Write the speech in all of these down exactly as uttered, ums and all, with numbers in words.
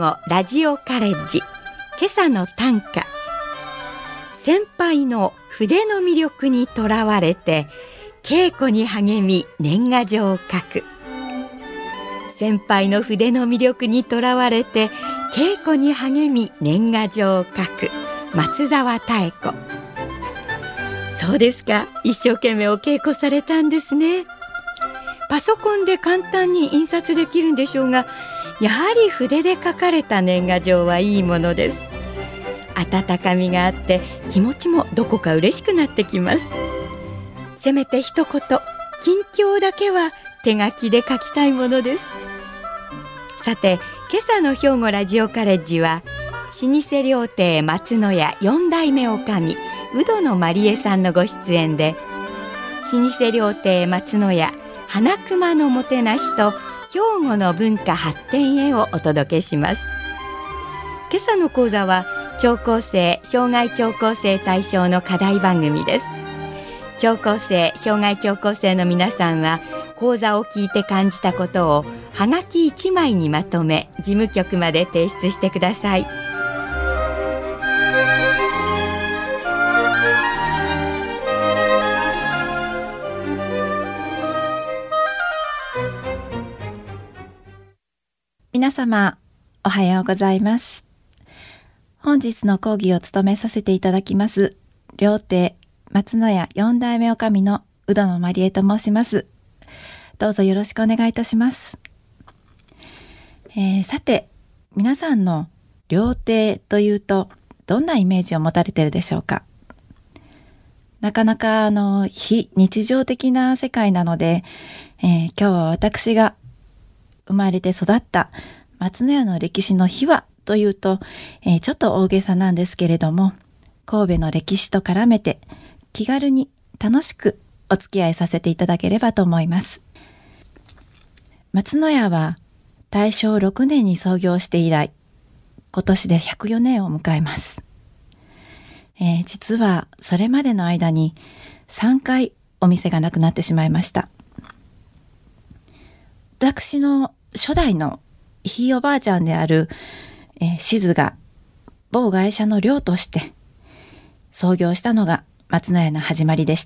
吾ラジオカレッジ、今朝の短歌。先輩の筆の魅力にとらわれて稽古に励み年賀状を書く。先輩の筆の魅力にとらわれて稽古に励み年賀状を書く、松沢妙子。そうですか、一生懸命お稽古されたんですね。パソコンで簡単に印刷できるんでしょうが、やはり筆で書かれた年賀状はいいものです。温かみがあって気持ちもどこか嬉しくなってきます。せめて一言近況だけは手書きで書きたいものです。さて、今朝の兵庫ラジオカレッジは老舗料亭松の屋よん代目女将宇戸野まりえさんのご出演で、老舗料亭松の屋花熊のもてなしと兵庫の文化発展へをお届けします。今朝の講座は聴講生障害聴講生対象の課題番組です。聴講生障害聴講生の皆さんは講座を聞いて感じたことをはがきいちまいにまとめ事務局まで提出してください。 皆様おはようございます。本日の講義を務めさせていただきます料亭松の屋よん代目女将の宇戸野まりえと申します。どうぞよろしくお願いいたします。えー、さて、皆さんの料亭というとどんなイメージを持たれているでしょうか。なかなかあの非日常的な世界なので、えー、今日は私が生まれて育った松の屋の歴史の秘話というと、えー、ちょっと大げさなんですけれども、神戸の歴史と絡めて気軽に楽しくお付き合いさせていただければと思います。松の屋はたいしょうろくねんに創業して以来、今年でひゃくよねんを迎えます。えー、実はそれまでの間にさんかいお店がなくなってしまいました。私の初代のひいおばあちゃんである、えー、しずが某会社の寮として創業したのが松の屋の始まりでした。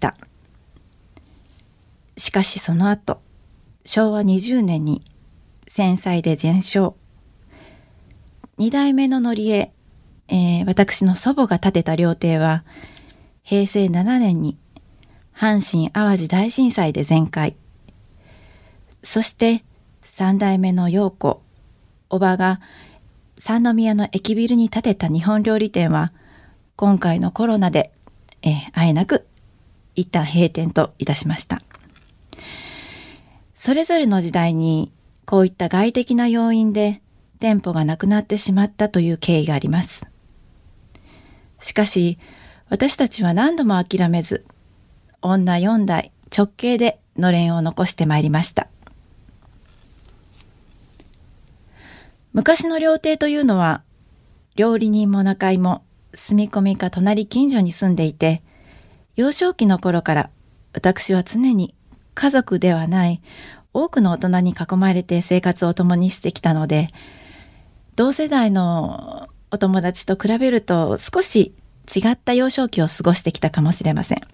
しかしその後、しょうわにじゅうねんに戦災で全焼。に代目の則江、えー、私の祖母が建てた料亭はへいせいななねんに阪神・淡路大震災で全壊。そしてさん代目の陽子、おばが三宮の駅ビルに建てた日本料理店は今回のコロナで、えー、あえなく一旦閉店といたしました。それぞれの時代にこういった外的な要因で店舗がなくなってしまったという経緯があります。しかし私たちは何度も諦めず、女よん代直系でのれんを残してまいりました。昔の料亭というのは料理人も仲居も住み込みか隣近所に住んでいて、幼少期の頃から私は常に家族ではない多くの大人に囲まれて生活を共にしてきたので、同世代のお友達と比べると少し違った幼少期を過ごしてきたかもしれません。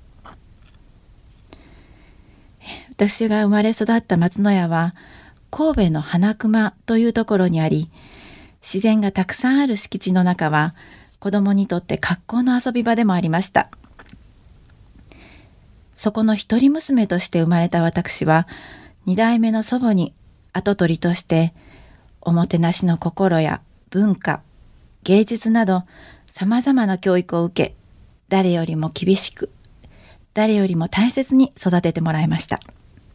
私が生まれ育った松の屋は神戸の花熊というところにあり、自然がたくさんある敷地の中は子供にとって格好の遊び場でもありました。そこの一人娘として生まれた私は二代目の祖母に跡取りとしておもてなしの心や文化、芸術などさまざまな教育を受け、誰よりも厳しく、誰よりも大切に育ててもらいました。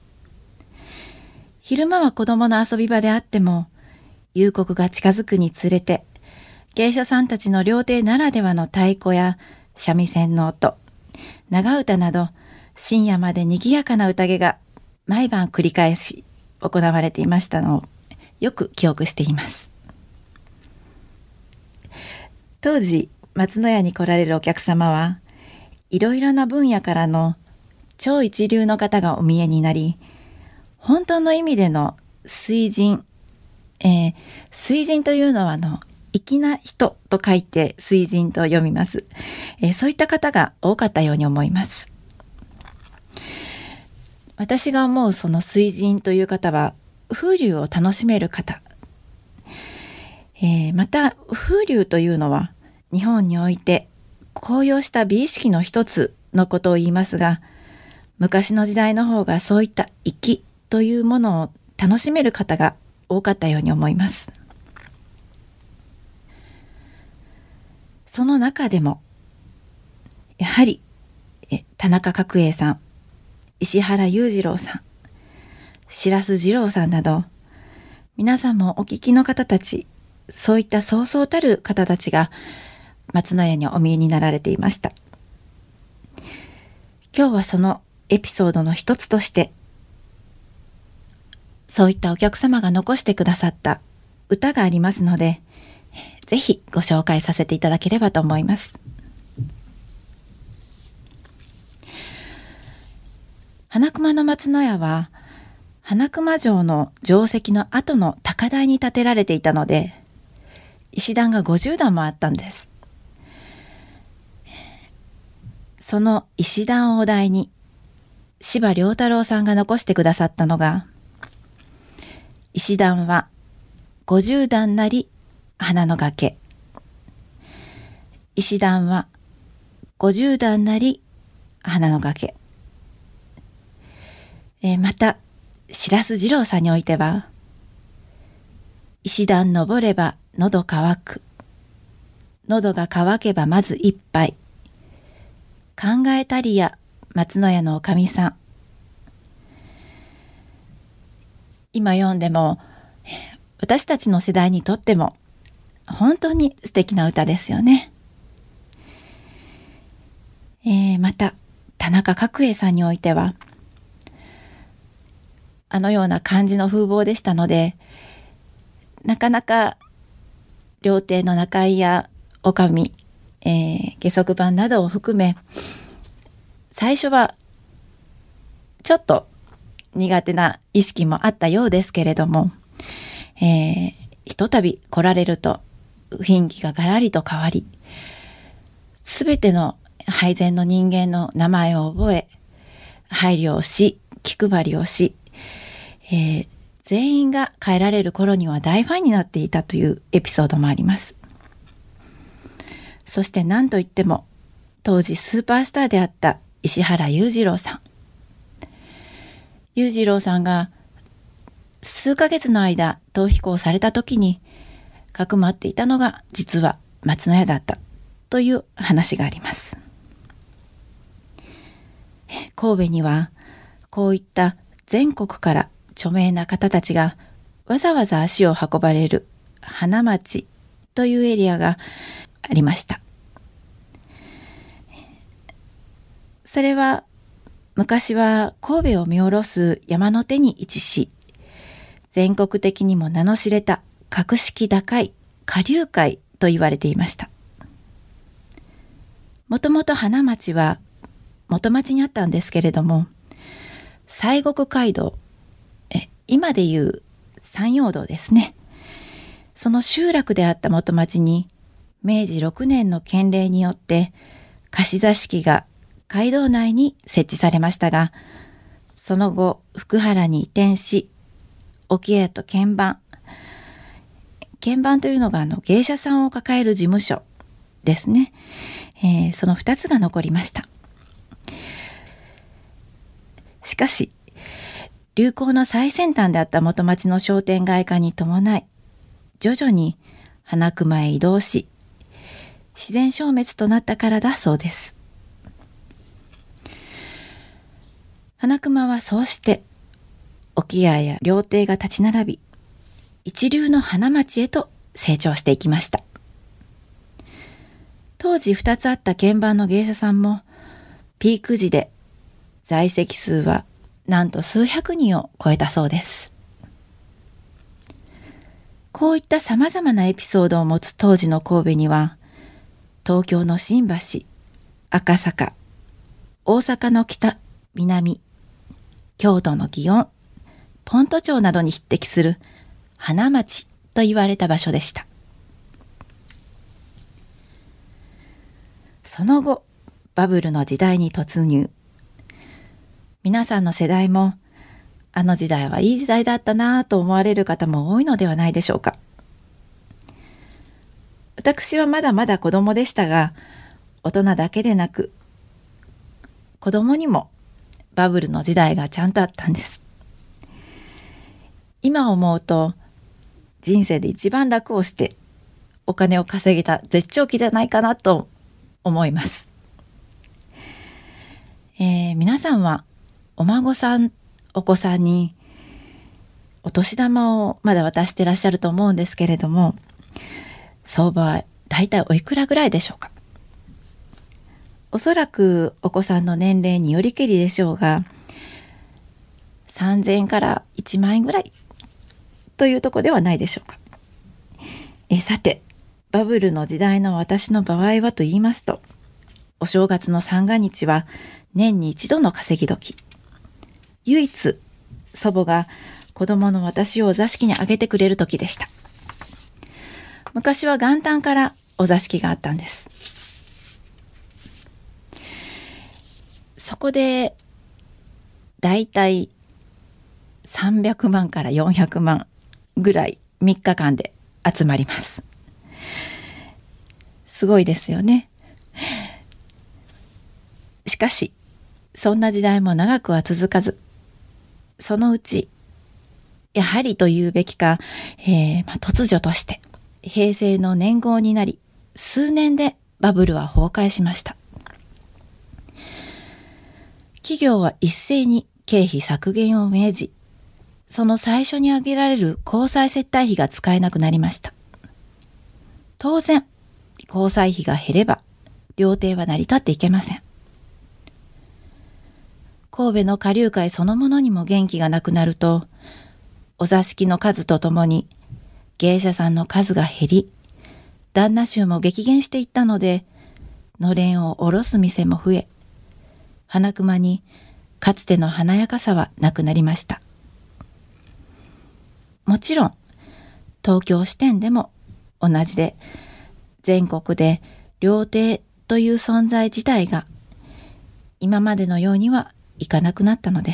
昼間は子供の遊び場であっても、夕刻が近づくにつれて、芸者さんたちの料亭ならではの太鼓や三味線の音、長唄など、深夜まで賑やかな宴が毎晩繰り返し行われていましたのをよく記憶しています。当時、松の屋に来られるお客様はいろいろな分野からの超一流の方がお見えになり、本当の意味での粋人、 えー、水神というのはあの粋な人と書いて水神と読みます、えー、そういった方が多かったように思います。私が思うその水神という方は風流を楽しめる方、えー、また風流というのは日本において高揚した美意識の一つのことを言いますが、昔の時代の方がそういった粋というものを楽しめる方が多かったように思います。その中でもやはりえ田中角栄さん、石原裕次郎さん、白洲二郎さんなど、皆さんもお聞きの方たち、そういったそうそうたる方たちが松の家にお見えになられていました。今日はそのエピソードの一つとして、そういったお客様が残してくださった歌がありますので、ぜひご紹介させていただければと思います。花熊の松の家は花熊城の城跡の後の高台に建てられていたので、石段がごじゅう段もあったんです。その石段をお題に司馬遼太郎さんが残してくださったのが、石段はごじゅう段なり花の崖、石段はごじゅう段なり花の崖、えー、また白洲二郎さんにおいては、石段登れば喉乾く、喉が乾けばまず一杯、考えたりや松の家のおかみさん。今読んでも私たちの世代にとっても本当に素敵な歌ですよね。えー、また田中角栄さんにおいては、あのような感じの風貌でしたので、なかなか料亭の中居やおかみ、えー、下足番などを含め、最初はちょっと苦手な意識もあったようですけれども、えー、ひとたび来られると雰囲気がガラリと変わり、すべての配膳の人間の名前を覚え、配慮をし、気配りをし、えー、全員が帰られる頃には大ファンになっていたというエピソードもあります。そして何といっても当時スーパースターであった石原裕次郎さん。裕次郎さんが数ヶ月の間逃避行された時にかくまっていたのが実は松の家だったという話があります。神戸にはこういった全国から著名な方たちがわざわざ足を運ばれる花町というエリアがありました。それは昔は神戸を見下ろす山の手に位置し、全国的にも名の知れた格式高い花柳界と言われていました。もともと花町は元町にあったんですけれども、西国街道、え今でいう山陽道ですね。その集落であった元町にめいじろくねんの建令によって貸し座敷が街道内に設置されましたが、その後福原に移転し、置屋と鍵盤、鍵盤というのがあの芸者さんを抱える事務所ですね、えー、そのふたつが残りました。しかし流行の最先端であった元町の商店街化に伴い、徐々に花熊へ移動し、自然消滅となったからだそうです。花熊はそうして置屋や料亭が立ち並び、一流の花町へと成長していきました。当時ふたつあった鍵盤の芸者さんもピーク時で在籍数はなんと数百人を超えたそうです。こういったさまざまなエピソードを持つ当時の神戸には、東京の新橋、赤坂、大阪の北、南、京都の祇園、ポント町などに匹敵する花街と言われた場所でした。その後、バブルの時代に突入。皆さんの世代も、あの時代はいい時代だったなぁと思われる方も多いのではないでしょうか。私はまだまだ子供でしたが、大人だけでなく、子供にもバブルの時代がちゃんとあったんです。今思うと、人生で一番楽をしてお金を稼げた絶頂期じゃないかなと思います。えー、皆さんはお孫さん、お子さんにお年玉をまだ渡してらっしゃると思うんですけれども、相場はだいたいおいくらぐらいでしょうか。おそらくお子さんの年齢によりけりでしょうが、さんぜんえんからいちまんえんぐらいというところではないでしょうか。えさて、バブルの時代の私の場合はと言いますと、お正月の三が日は年に一度の稼ぎ時。唯一祖母が子供の私をお座敷にあげてくれる時でした。昔は元旦からお座敷があったんです。そこでだいたいさんびゃくまんからよんひゃくまんぐらいみっかかんで集まります。すごいですよね。しかしそんな時代も長くは続かず、そのうちやはりというべきか、えーまあ、突如として平成の年号になり、数年でバブルは崩壊しました。企業は一斉に経費削減を命じ、その最初に挙げられる交際接待費が使えなくなりました。当然、交際費が減れば、料亭は成り立っていけません。神戸の花柳界そのものにも元気がなくなると、お座敷の数とともに芸者さんの数が減り、旦那衆も激減していったので、のれんを下ろす店も増え、花熊にかつての華やかさはなくなりました。もちろん東京支店でも同じで、全国で料亭という存在自体が今までのようにはいかなくなったのです。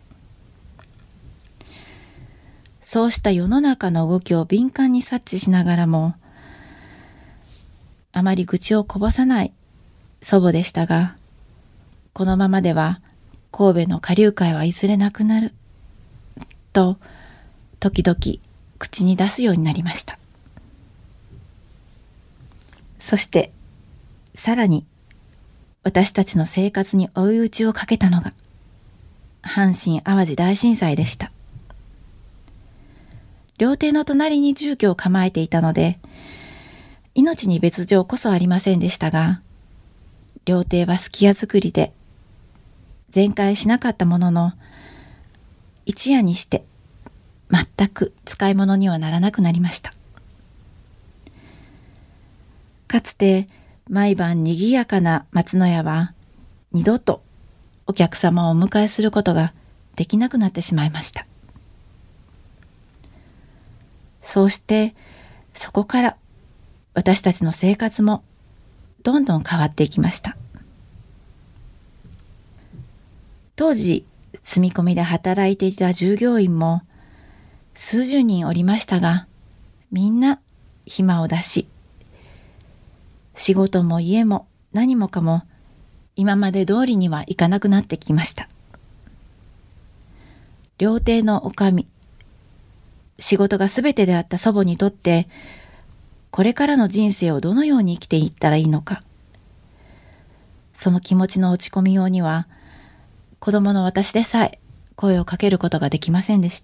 そうした世の中の動きを敏感に察知しながらも、あまり愚痴をこぼさない祖母でしたが、このままでは神戸の花柳界はいずれなくなると時々口に出すようになりました。そしてさらに私たちの生活に追い打ちをかけたのが阪神・淡路大震災でした。料亭の隣に住居を構えていたので、命に別状こそありませんでしたが、料亭はすき家作りで全壊しなかったものの、一夜にして全く使い物にはならなくなりました。かつて毎晩にぎやかな松の屋は二度とお客様をお迎えすることができなくなってしまいました。そうしてそこから私たちの生活もどんどん変わっていきました。当時住み込みで働いていた従業員も数十人おりましたが、みんな暇を出し、仕事も家も何もかも今まで通りにはいかなくなってきました。料亭の女将、仕事がすべてであった祖母にとって、これからの人生をどのように生きていったらいいのか、その気持ちの落ち込みようには子供の私でさえ声をかけることができませんでした。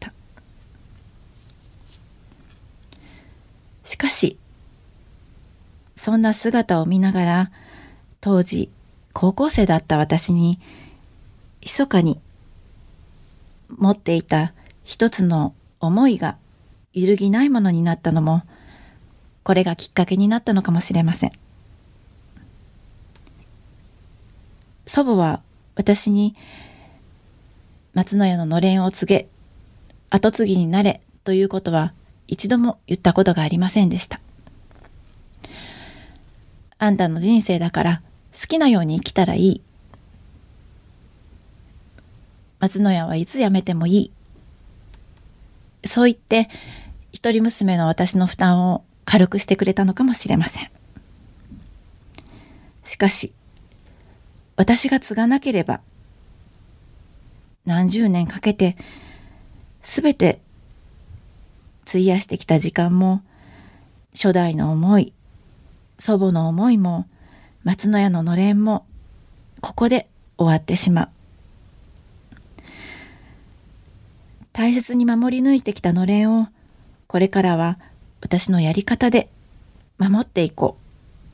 しかしそんな姿を見ながら、当時高校生だった私に密かに持っていた一つの思いが揺るぎないものになったのも、これがきっかけになったのかもしれません。祖母は私に松の家ののれんを告げ、跡継ぎになれということは一度も言ったことがありませんでした。あんたの人生だから好きなように生きたらいい。松野屋はいつ辞めてもいい。そう言って一人娘の私の負担を軽くしてくれたのかもしれません。しかし私が継がなければ何十年かけてすべて費やしてきた時間も初代の思い、祖母の思いも松野屋ののれんもここで終わってしまう。大切に守り抜いてきたのれんをこれからは私のやり方で守っていこ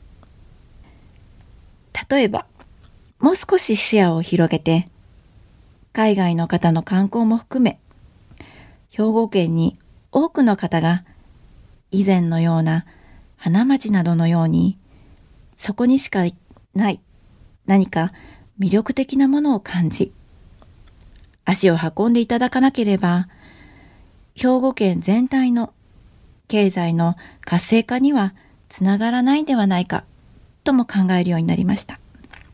う。例えばもう少し視野を広げて海外の方の観光も含め兵庫県に多くの方が以前のような花町などのようにそこにしかない何か魅力的なものを感じ足を運んでいただかなければ兵庫県全体の経済の活性化にはつながらないんではないかとも考えるようになりました。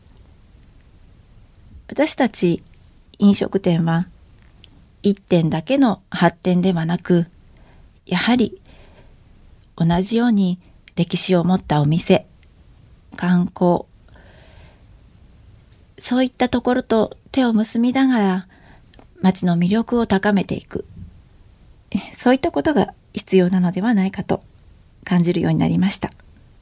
私たち飲食店は一店だけの発展ではなく、やはり同じように歴史を持ったお店、観光、そういったところと手を結びながら町の魅力を高めていく、そういったことが必要なのではないかと感じるようになりました。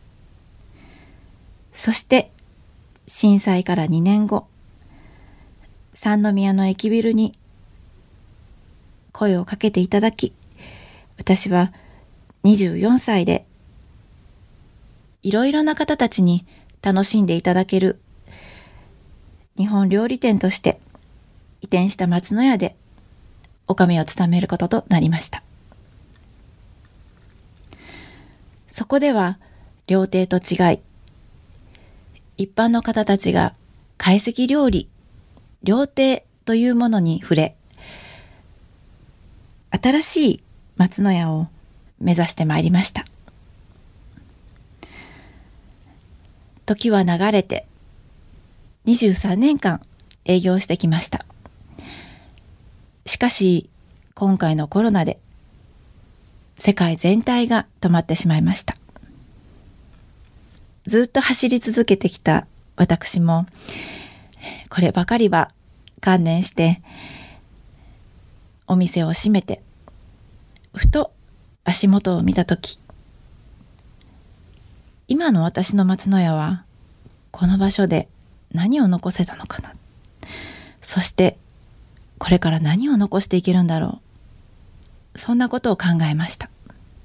そして震災からにねんご、三宮の駅ビルに声をかけていただき、私はにじゅうよんさいでいろいろな方たちに楽しんでいただける日本料理店として移転した松野屋で女将を務めることとなりました。そこでは料亭と違い、一般の方たちが懐石料理、料亭というものに触れ、新しい松野屋を目指してまいりました。時は流れてにじゅうさんねんかん営業してきました。しかし今回のコロナで世界全体が止まってしまいました。ずっと走り続けてきた私もこればかりは観念してお店を閉めて、ふと足元を見たとき、今の私の松野屋はこの場所で何を残せたのかな、そしてこれから何を残していけるんだろう、そんなことを考えました。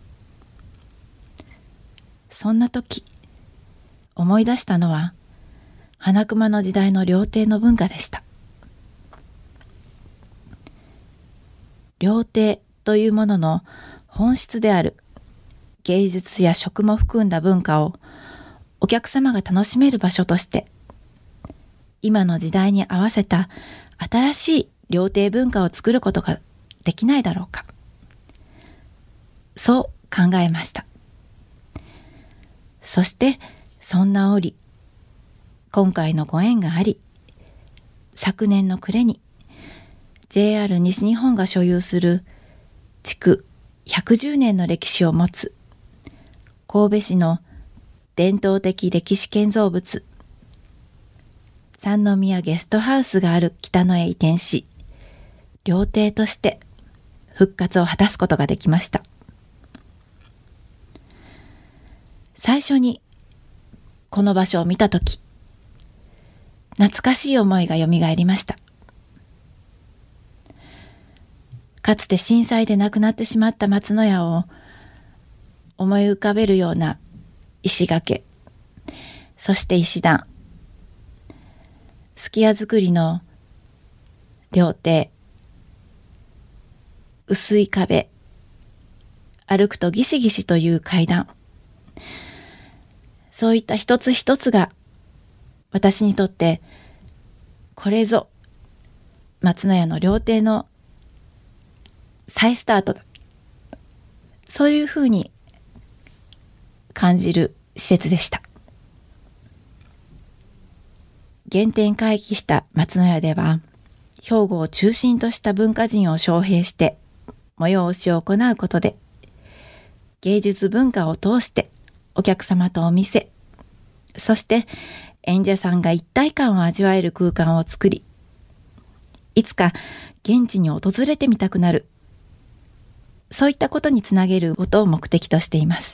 そんな時思い出したのは花熊の時代の料亭の文化でした。料亭というものの本質である芸術や食も含んだ文化をお客様が楽しめる場所として今の時代に合わせた新しい料亭文化を作ることができないだろうか、そう考えました。そしてそんな折今回のご縁があり、昨年の暮れに ジェイアール 西日本が所有する築ひゃくじゅうねんの歴史を持つ神戸市の伝統的歴史建造物三宮ゲストハウスがある北野へ移転し、料亭として復活を果たすことができました。最初にこの場所を見たとき、懐かしい思いがよみがえりました。かつて震災で亡くなってしまった松野屋を思い浮かべるような石垣、そして石段、すき家造りの料亭、薄い壁、歩くとギシギシという階段、そういった一つ一つが私にとってこれぞ松野屋の料亭の再スタートだ、 そういうふうに感じる施設でした。原点回帰した松の家では、兵庫を中心とした文化人を招聘して催しを行うことで、芸術文化を通してお客様とお店、そして演者さんが一体感を味わえる空間を作り、いつか現地に訪れてみたくなる、そういったことにつなげることを目的としています。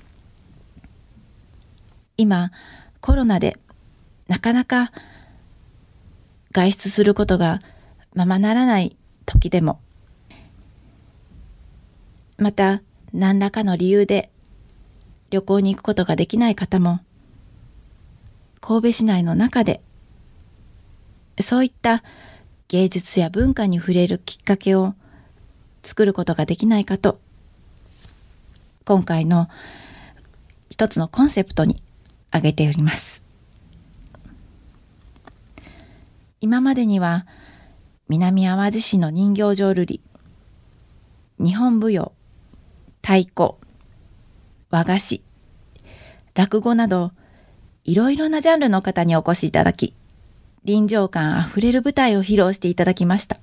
今コロナでなかなか外出することがままならない時でも、また何らかの理由で旅行に行くことができない方も、神戸市内の中でそういった芸術や文化に触れるきっかけを作ることができないかと、今回の一つのコンセプトに挙げております。今までには南あわじ市の人形浄瑠璃、日本舞踊、太鼓、和菓子、落語などいろいろなジャンルの方にお越しいただき、臨場感あふれる舞台を披露していただきました。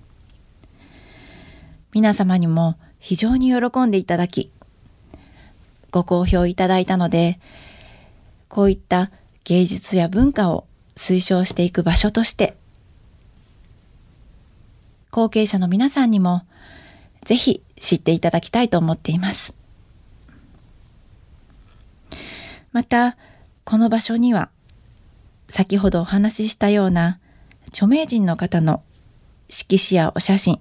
皆様にも非常に喜んでいただき、ご好評いただいたので、こういった芸術や文化を推奨していく場所として、後継者の皆さんにもぜひ知っていただきたいと思っています。また、この場所には先ほどお話ししたような著名人の方の色紙やお写真、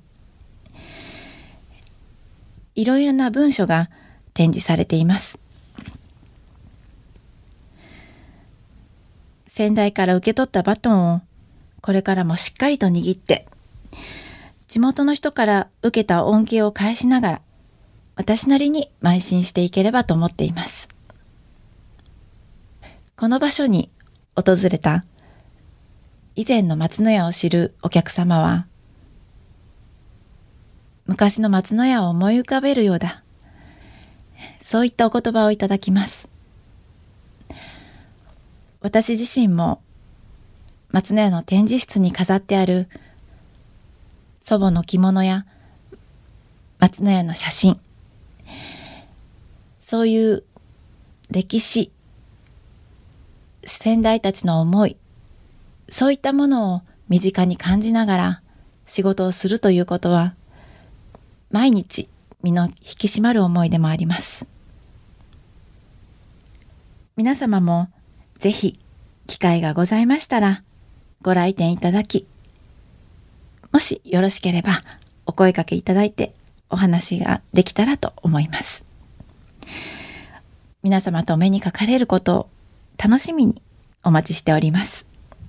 いろいろな文書が展示されています。先代から受け取ったバトンをこれからもしっかりと握って、地元の人から受けた恩恵を返しながら、私なりに邁進していければと思っています。この場所に訪れた以前の松の家を知るお客様は、昔の松の家を思い浮かべるようだ、そういったお言葉をいただきます。私自身も松の家の展示室に飾ってある祖母の着物や松の家の写真、そういう歴史、先代たちの思い、そういったものを身近に感じながら仕事をするということは、毎日身の引き締まる思いでもあります。皆様もぜひ機会がございましたらご来店いただき、もしよろしければお声かけいただいてお話ができたらと思います。皆様とお目にかかれることを楽しみにお待ちしております。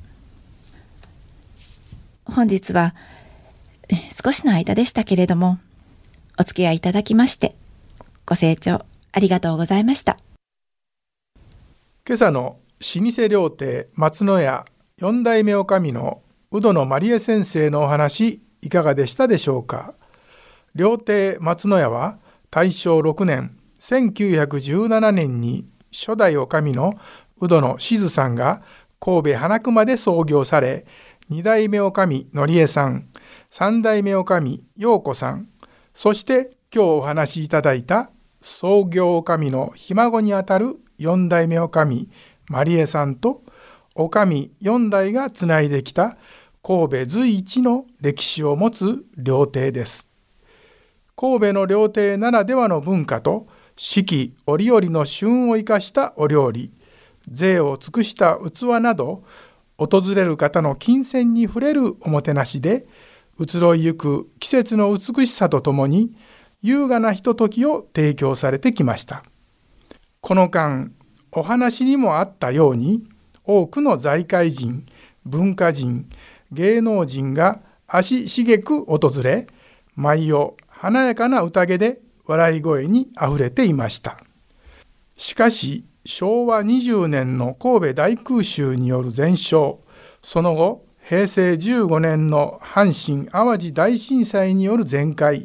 本日は少しの間でしたけれども、お付き合いいただきましてご清聴ありがとうございました。 今朝の老舗料亭松の家よん代目女将の宇土野まりえ先生のお話、いかがでしたでしょうか。料亭松の家は大正ろくねんせんきゅうひゃくじゅうななねんに初代女将の宇土野静さんが神戸花熊で創業され、に代目女将のりえさん、さん代目女将陽子さん、そして今日お話しいただいた創業女将のひ孫にあたるよん代目女将まりえさんと、女将よん代がつないできた神戸随一の歴史を持つ料亭です。神戸の料亭ならではの文化と四季折々の旬を生かしたお料理、贅を尽くした器など、訪れる方の金銭に触れるおもてなしで、移ろいゆく季節の美しさとともに優雅なひとときを提供されてきました。この間、お話にもあったように、多くの財界人、文化人、芸能人が足しげく訪れ、毎夜華やかな宴で笑い声にあふれていました。しかし、しょうわにじゅうねんの神戸大空襲による全焼、その後、へいせいじゅうごねんの阪神・淡路大震災による全壊、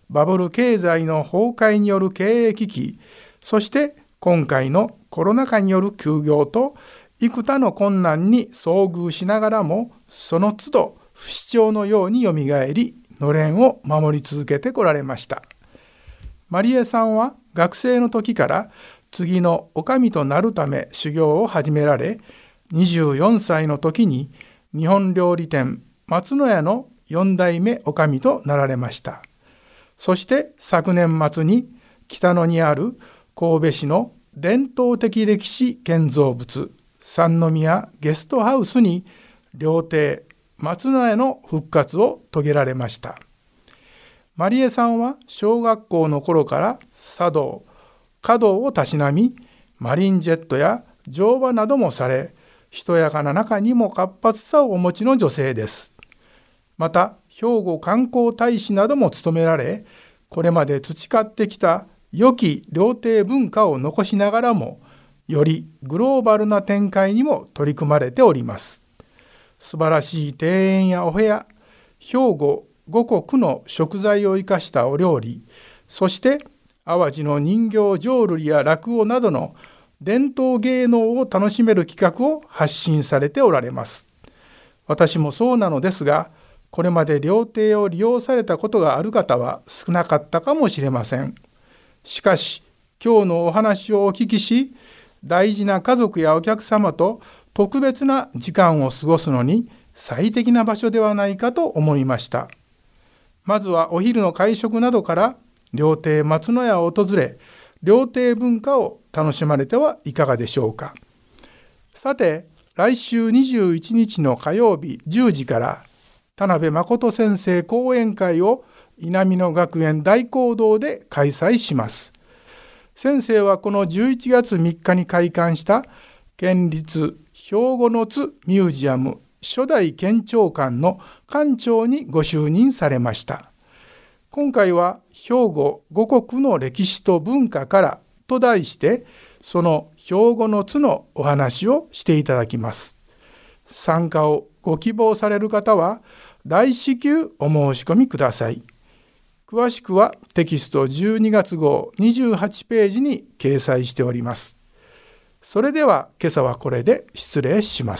バブル経済の崩壊による経営危機、そして今回のコロナ禍による休業と幾多の困難に遭遇しながらも、その都度不死鳥のようによみがえり、のれんを守り続けてこられました。マリエさんは学生の時から次の女将となるため修行を始められ、にじゅうよんさいの時に日本料理店松の家のよん代目女将となられました。そして昨年末に北野にある神戸市の伝統的歴史建造物三宮ゲストハウスに料亭松の家の復活を遂げられました。マリエさんは小学校の頃から茶道、華道をたしなみ、マリンジェットや乗馬などもされ、しとやかな中にも活発さをお持ちの女性です。また、兵庫観光大使なども務められ、これまで培ってきた良き料亭文化を残しながらも、よりグローバルな展開にも取り組まれております。素晴らしい庭園やお部屋、兵庫五穀の食材を生かしたお料理、そして淡路の人形浄瑠璃や落語などの伝統芸能を楽しめる企画を発信されておられます。私もそうなのですが、これまで料亭を利用されたことがある方は少なかったかもしれません。しかし、今日のお話をお聞きし、大事な家族やお客様と特別な時間を過ごすのに最適な場所ではないかと思いました。まずはお昼の会食などから料亭松の家を訪れ、料亭文化を楽しまれてはいかがでしょうか。さて、来週にじゅういちにちの火曜日じゅうじから田辺誠先生講演会を稲美野学園大講堂で開催します。先生はこのじゅういちがつみっかに開館した県立兵庫の津ミュージアム初代県庁館の館長にご就任されました。今回は兵庫五穀の歴史と文化からと題して、その兵庫の津のお話をしていただきます。参加をご希望される方は大至急お申し込みください。詳しくはテキストじゅうにがつ号にじゅうはちページに掲載しております。それでは今朝はこれで失礼します。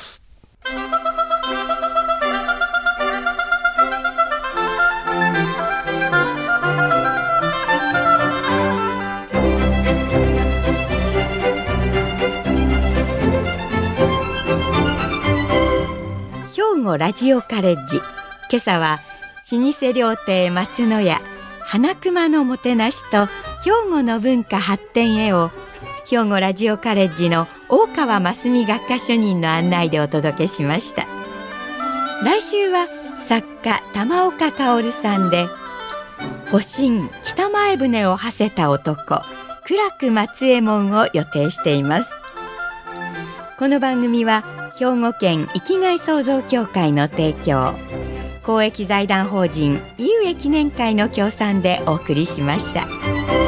兵庫ラジオカレッジ、今朝は老舗料亭松の家花熊のもてなしと兵庫の文化発展へを兵庫ラジオカレッジの大川真澄学科主任の案内でお届けしました。来週は作家玉岡薫さんで保身北前船を馳せた男苦楽松右衛門を予定しています。この番組は兵庫県生きがい創造協会の提供、公益財団法人井上記念会の協賛でお送りしました。